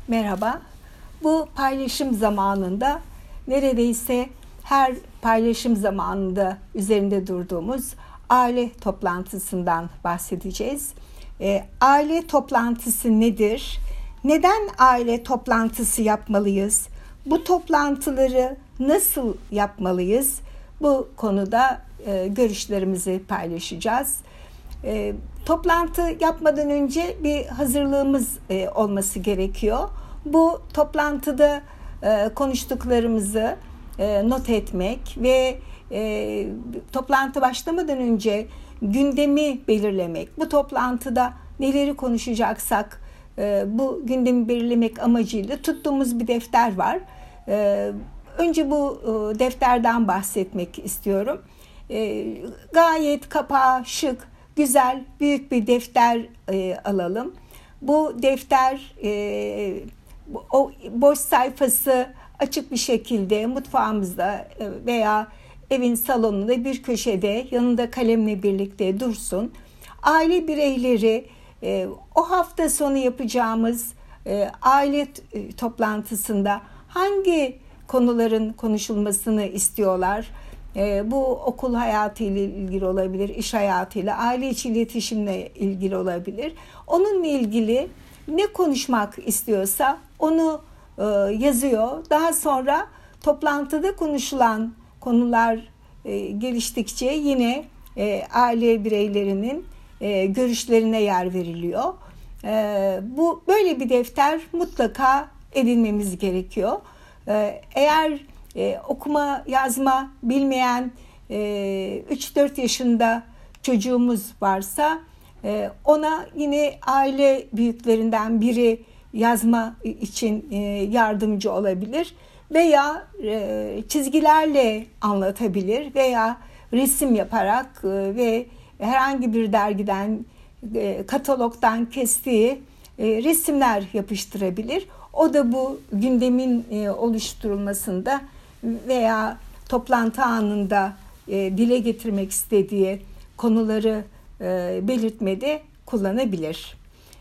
Merhaba. Bu paylaşım zamanında neredeyse her paylaşım zamanında üzerinde durduğumuz aile toplantısından bahsedeceğiz. Aile toplantısı nedir? Neden aile toplantısı yapmalıyız? Bu toplantıları nasıl yapmalıyız? Bu konuda görüşlerimizi paylaşacağız. Toplantı yapmadan önce bir hazırlığımız olması gerekiyor. Bu toplantıda konuştuklarımızı not etmek ve toplantı başlamadan önce gündemi belirlemek. Bu toplantıda neleri konuşacaksak bu gündemi belirlemek amacıyla tuttuğumuz bir defter var. Önce bu defterden bahsetmek istiyorum. Gayet kapağı şık, güzel, büyük bir defter alalım. Bu defter o boş sayfası açık bir şekilde mutfağımızda veya evin salonunda bir köşede yanında kalemle birlikte dursun. Aile bireyleri o hafta sonu yapacağımız aile toplantısında hangi konuların konuşulmasını istiyorlar? Bu okul hayatıyla ilgili olabilir, iş hayatıyla, aile içi iletişimle ilgili olabilir. Onunla ilgili ne konuşmak istiyorsa onu yazıyor. Daha sonra toplantıda konuşulan konular geliştikçe yine aile bireylerinin görüşlerine yer veriliyor. Bu böyle bir defter mutlaka edinmemiz gerekiyor. Eğer okuma yazma bilmeyen 3-4 yaşında çocuğumuz varsa ona yine aile büyüklerinden biri yazma için yardımcı olabilir veya çizgilerle anlatabilir veya resim yaparak ve herhangi bir dergiden, katalogdan kestiği resimler yapıştırabilir. O da bu gündemin oluşturulmasında veya toplantı anında dile getirmek istediği konuları belirtmede kullanabilir.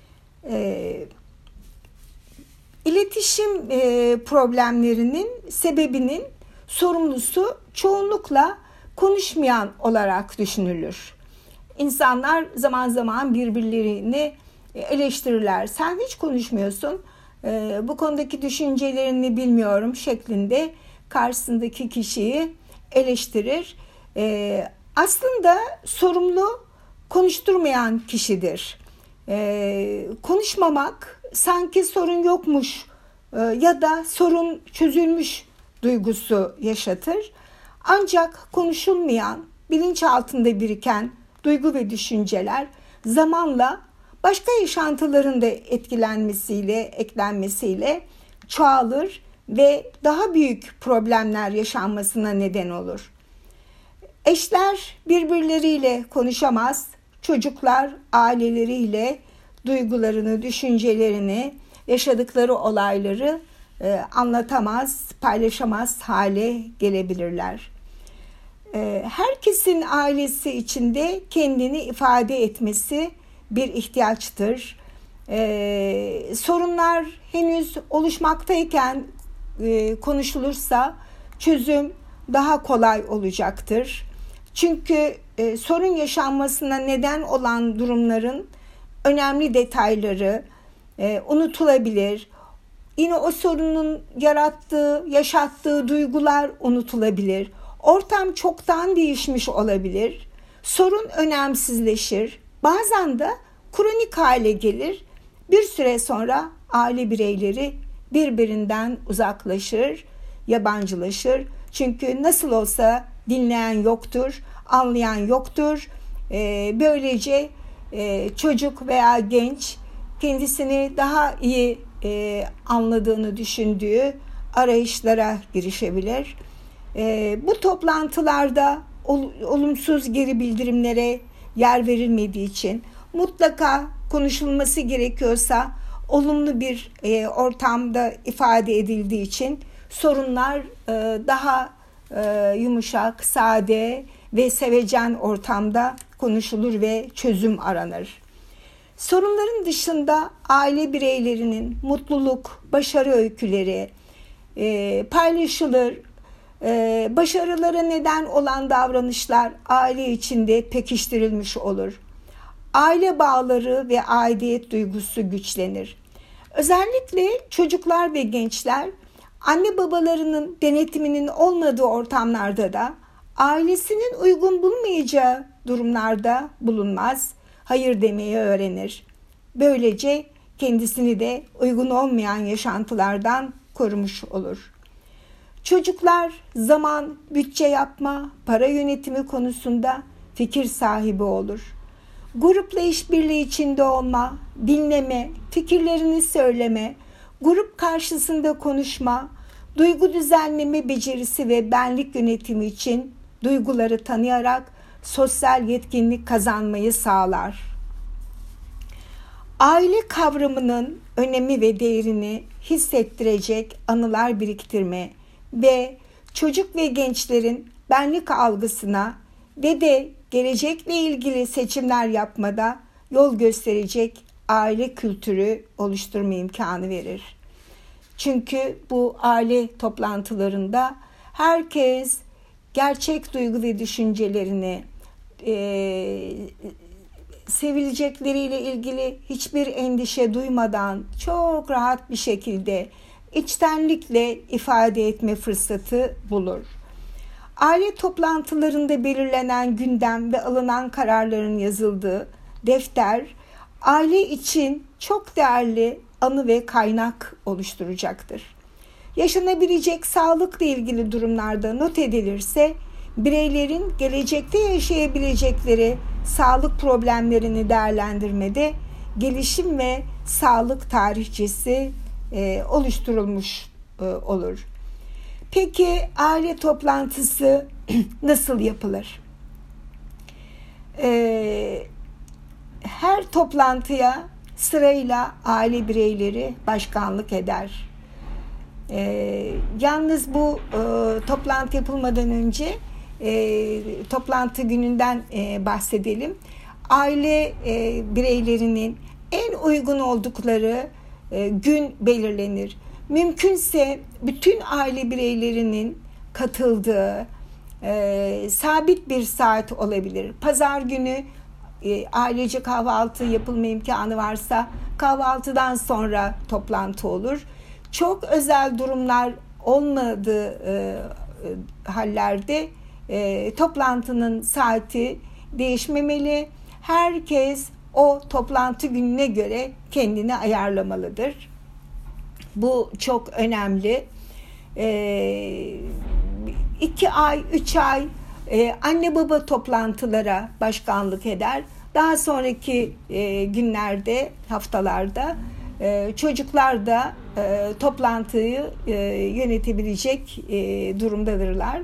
İletişim problemlerinin sebebinin sorumlusu çoğunlukla konuşmayan olarak düşünülür. İnsanlar zaman zaman birbirlerini eleştirirler. Sen hiç konuşmuyorsun, bu konudaki düşüncelerini bilmiyorum şeklinde karşısındaki kişiyi eleştirir. Aslında sorumlu konuşturmayan kişidir. Konuşmamak sanki sorun yokmuş ya da sorun çözülmüş duygusu yaşatır. Ancak konuşulmayan, bilinçaltında biriken duygu ve düşünceler zamanla başka yaşantıların da etkilenmesiyle, eklenmesiyle çoğalır ve daha büyük problemler yaşanmasına neden olur. Eşler birbirleriyle konuşamaz, çocuklar aileleriyle duygularını, düşüncelerini, yaşadıkları olayları anlatamaz, paylaşamaz hale gelebilirler. Herkesin ailesi içinde kendini ifade etmesi bir ihtiyaçtır. Sorunlar henüz oluşmaktayken konuşulursa çözüm daha kolay olacaktır. Çünkü sorun yaşanmasına neden olan durumların önemli detayları unutulabilir. Yine o sorunun yaşattığı duygular unutulabilir. Ortam çoktan değişmiş olabilir. Sorun önemsizleşir. Bazen de kronik hale gelir. Bir süre sonra aile bireyleri birbirinden uzaklaşır, yabancılaşır. Çünkü nasıl olsa dinleyen yoktur, anlayan yoktur. Böylece çocuk veya genç kendisini daha iyi anladığını düşündüğü arayışlara girişebilir. Bu toplantılarda olumsuz geri bildirimlere yer verilmediği için mutlaka konuşulması gerekiyorsa olumlu bir ortamda ifade edildiği için sorunlar daha yumuşak, sade ve sevecen ortamda konuşulur ve çözüm aranır. Sorunların dışında aile bireylerinin mutluluk, başarı öyküleri paylaşılır. Başarılara neden olan davranışlar aile içinde pekiştirilmiş olur. Aile bağları ve aidiyet duygusu güçlenir. Özellikle çocuklar ve gençler anne babalarının denetiminin olmadığı ortamlarda da ailesinin uygun bulmayacağı durumlarda bulunmaz, hayır demeyi öğrenir. Böylece kendisini de uygun olmayan yaşantılardan korumuş olur. Çocuklar zaman, bütçe yapma, para yönetimi konusunda fikir sahibi olur. Grupla işbirliği içinde olma, dinleme, fikirlerini söyleme, grup karşısında konuşma, duygu düzenleme becerisi ve benlik yönetimi için duyguları tanıyarak sosyal yetkinlik kazanmayı sağlar. Aile kavramının önemi ve değerini hissettirecek anılar biriktirme ve çocuk ve gençlerin benlik algısına ve de gelecekle ilgili seçimler yapmada yol gösterecek aile kültürü oluşturma imkanı verir. Çünkü bu aile toplantılarında herkes gerçek duygu ve düşüncelerini, sevilecekleriyle ilgili hiçbir endişe duymadan çok rahat bir şekilde içtenlikle ifade etme fırsatı bulur. Aile toplantılarında belirlenen gündem ve alınan kararların yazıldığı defter, aile için çok değerli anı ve kaynak oluşturacaktır. Yaşanabilecek sağlıkla ilgili durumlarda not edilirse, bireylerin gelecekte yaşayabilecekleri sağlık problemlerini değerlendirmede gelişim ve sağlık tarihçesi oluşturulmuş olur. Peki aile toplantısı nasıl yapılır? Her toplantıya sırayla aile bireyleri başkanlık eder. Yalnız bu toplantı yapılmadan önce toplantı gününden bahsedelim. Aile bireylerinin en uygun oldukları gün belirlenir. Mümkünse bütün aile bireylerinin katıldığı sabit bir saat olabilir. Pazar günü ailece kahvaltı yapılma imkanı varsa kahvaltıdan sonra toplantı olur. Çok özel durumlar olmadığı hallerde toplantının saati değişmemeli. Herkes o toplantı gününe göre kendini ayarlamalıdır. Bu çok önemli. 2 ay, 3 ay anne baba toplantılara başkanlık eder. Daha sonraki günlerde, haftalarda çocuklar da toplantıyı yönetebilecek durumdadırlar.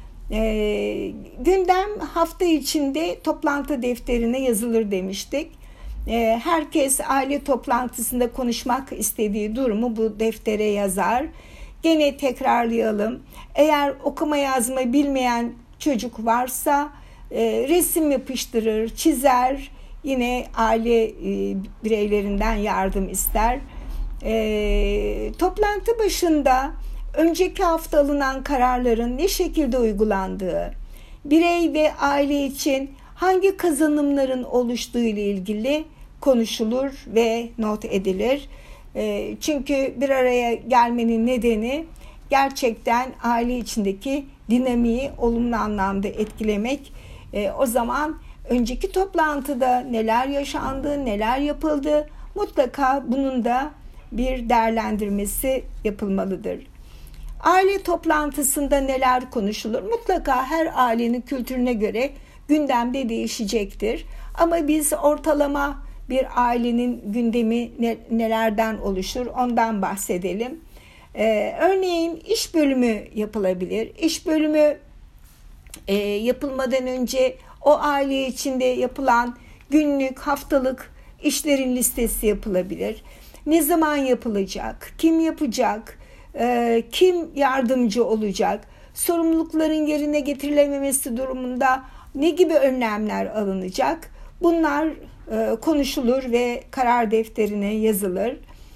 Gündem hafta içinde toplantı defterine yazılır demiştik. Herkes aile toplantısında konuşmak istediği durumu bu deftere yazar. Gene tekrarlayalım. Eğer okuma yazma bilmeyen çocuk varsa resim yapıştırır, çizer. Yine aile bireylerinden yardım ister. Toplantı başında önceki hafta alınan kararların ne şekilde uygulandığı, birey ve aile için hangi kazanımların oluştuğu ile ilgili konuşulur ve not edilir. Çünkü bir araya gelmenin nedeni gerçekten aile içindeki dinamiği olumlu anlamda etkilemek. O zaman önceki toplantıda neler yaşandı, neler yapıldı, mutlaka bunun da bir değerlendirmesi yapılmalıdır. Aile toplantısında neler konuşulur? Mutlaka her ailenin kültürüne göre gündemde değişecektir. Ama biz ortalama bir ailenin gündemi nelerden oluşur ondan bahsedelim. Örneğin iş bölümü yapılabilir. İş bölümü yapılmadan önce o aile içinde yapılan günlük, haftalık işlerin listesi yapılabilir. Ne zaman yapılacak? Kim yapacak? Kim yardımcı olacak? Sorumlulukların yerine getirilememesi durumunda ne gibi önlemler alınacak? Bunlar konuşulur ve karar defterine yazılır.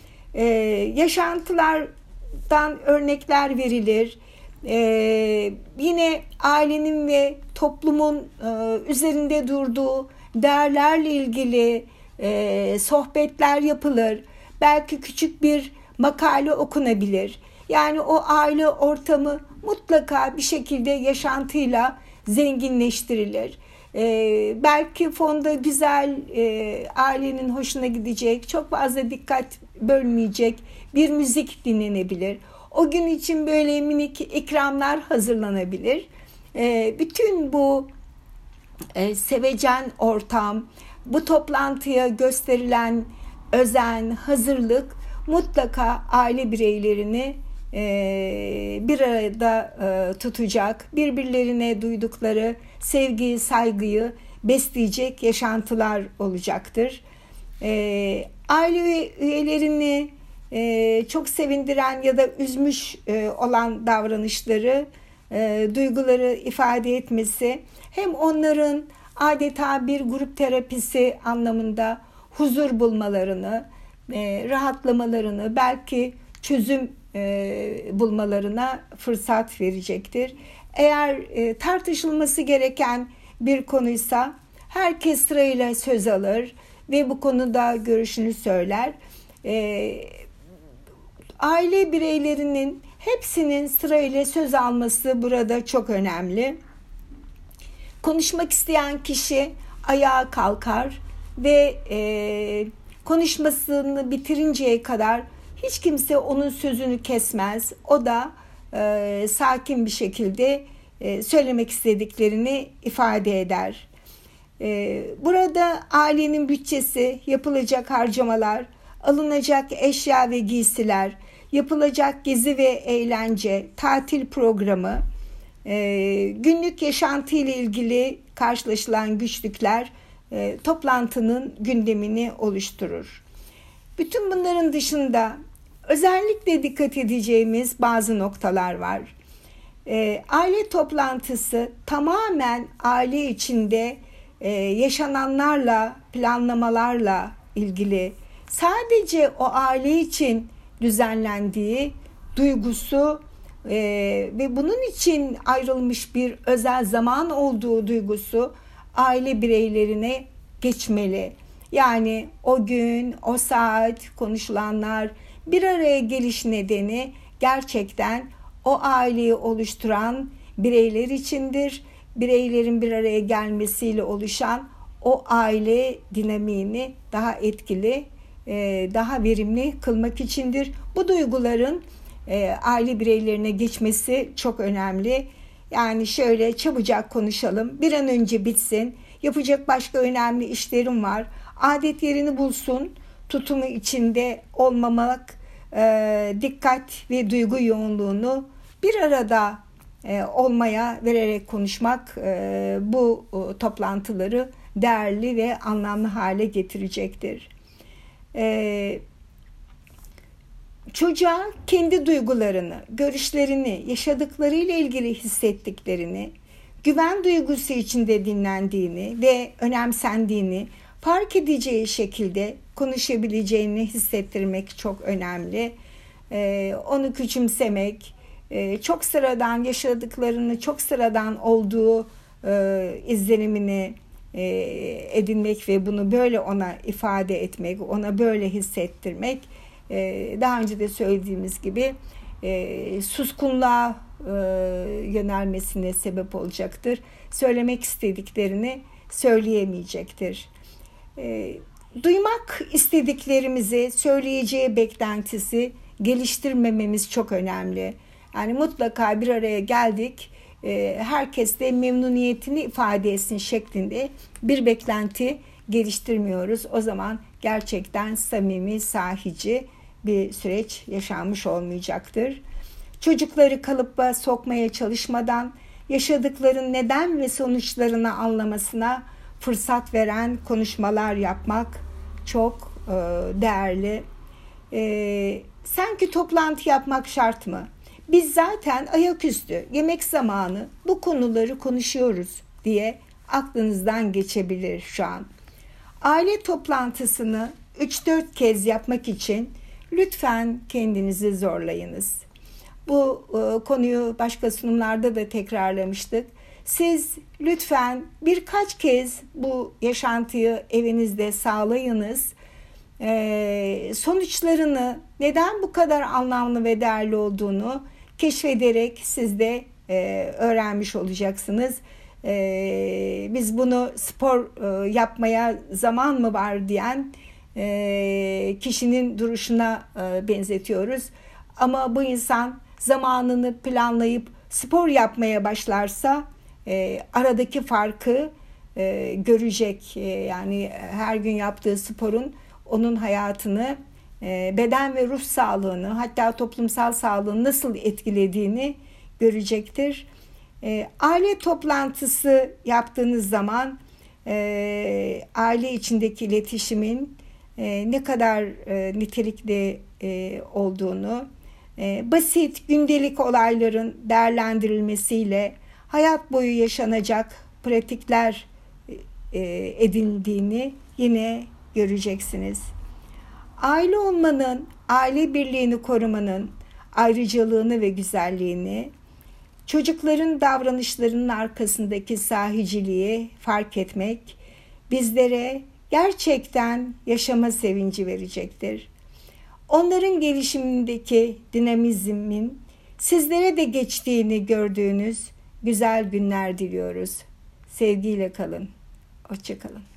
Yaşantılardan örnekler verilir. Yine ailenin ve toplumun üzerinde durduğu değerlerle ilgili sohbetler yapılır. Belki küçük bir makale okunabilir. Yani o aile ortamı mutlaka bir şekilde yaşantıyla zenginleştirilir. Belki fonda güzel, ailenin hoşuna gidecek, çok fazla dikkat bölmeyecek bir müzik dinlenebilir. O gün için böyle minik ikramlar hazırlanabilir. Bütün bu sevecen ortam, bu toplantıya gösterilen özen, hazırlık mutlaka aile bireylerini bir arada tutacak, birbirlerine duydukları sevgiyi, saygıyı besleyecek yaşantılar olacaktır. Aile üyelerini çok sevindiren ya da üzmüş olan davranışları, duyguları ifade etmesi hem onların adeta bir grup terapisi anlamında huzur bulmalarını, rahatlamalarını, belki çözüm bulmalarına fırsat verecektir. Eğer tartışılması gereken bir konuysa herkes sırayla söz alır ve bu konuda görüşünü söyler. Aile bireylerinin hepsinin sırayla söz alması burada çok önemli. Konuşmak isteyen kişi ayağa kalkar ve konuşmasını bitirinceye kadar hiç kimse onun sözünü kesmez. O da sakin bir şekilde söylemek istediklerini ifade eder. Burada ailenin bütçesi, yapılacak harcamalar, alınacak eşya ve giysiler, yapılacak gezi ve eğlence, tatil programı, günlük yaşantı ile ilgili karşılaşılan güçlükler toplantının gündemini oluşturur. Bütün bunların dışında özellikle dikkat edeceğimiz bazı noktalar var. Aile toplantısı tamamen aile içinde yaşananlarla, planlamalarla ilgili, sadece o aile için düzenlendiği duygusu ve bunun için ayrılmış bir özel zaman olduğu duygusu aile bireylerine geçmeli. Yani o gün, o saat konuşulanlar, bir araya geliş nedeni gerçekten o aileyi oluşturan bireyler içindir. Bireylerin bir araya gelmesiyle oluşan o aile dinamiğini daha etkili, daha verimli kılmak içindir. Bu duyguların aile bireylerine geçmesi çok önemli. Yani şöyle çabucak konuşalım, bir an önce bitsin, yapacak başka önemli işlerim var, adet yerini bulsun, tutumu içinde olmamak, dikkat ve duygu yoğunluğunu bir arada olmaya vererek konuşmak bu toplantıları değerli ve anlamlı hale getirecektir. Çocuğa kendi duygularını, görüşlerini, yaşadıklarıyla ilgili hissettiklerini, güven duygusu içinde dinlendiğini ve önemsendiğini fark edeceği şekilde konuşabileceğini hissettirmek çok önemli. Onu küçümsemek, çok sıradan yaşadıklarını, çok sıradan olduğu izlenimini edinmek ve bunu böyle ona ifade etmek, ona böyle hissettirmek, daha önce de söylediğimiz gibi suskunluğa yönelmesine sebep olacaktır. Söylemek istediklerini söyleyemeyecektir. Duymak istediklerimizi söyleyeceği beklentisi geliştirmememiz çok önemli. Yani mutlaka bir araya geldik, herkes de memnuniyetini ifade etsin şeklinde bir beklenti geliştirmiyoruz. O zaman gerçekten samimi, sahici bir süreç yaşanmış olmayacaktır. Çocukları kalıba sokmaya çalışmadan yaşadıkların neden ve sonuçlarını anlamasına fırsat veren konuşmalar yapmak çok değerli. Sanki toplantı yapmak şart mı? Biz zaten ayaküstü yemek zamanı bu konuları konuşuyoruz diye aklınızdan geçebilir şu an. Aile toplantısını 3-4 kez yapmak için lütfen kendinizi zorlayınız. Bu konuyu başka sunumlarda da tekrarlamıştık. Siz lütfen birkaç kez bu yaşantıyı evinizde sağlayınız. Sonuçlarını, neden bu kadar anlamlı ve değerli olduğunu keşfederek siz de öğrenmiş olacaksınız. Biz bunu spor yapmaya zaman mı var diyen kişinin duruşuna benzetiyoruz. Ama bu insan zamanını planlayıp spor yapmaya başlarsa aradaki farkı görecek. Yani her gün yaptığı sporun onun hayatını, beden ve ruh sağlığını, hatta toplumsal sağlığını nasıl etkilediğini görecektir. Aile toplantısı yaptığınız zaman aile içindeki iletişimin ne kadar nitelikli olduğunu, basit gündelik olayların değerlendirilmesiyle hayat boyu yaşanacak pratikler edindiğini yine göreceksiniz. Aile olmanın, aile birliğini korumanın ayrıcalığını ve güzelliğini, çocukların davranışlarının arkasındaki sahiciliği fark etmek bizlere gerçekten yaşama sevinci verecektir. Onların gelişimindeki dinamizmin sizlere de geçtiğini gördüğünüz güzel günler diliyoruz. Sevgiyle kalın. Hoşça kalın.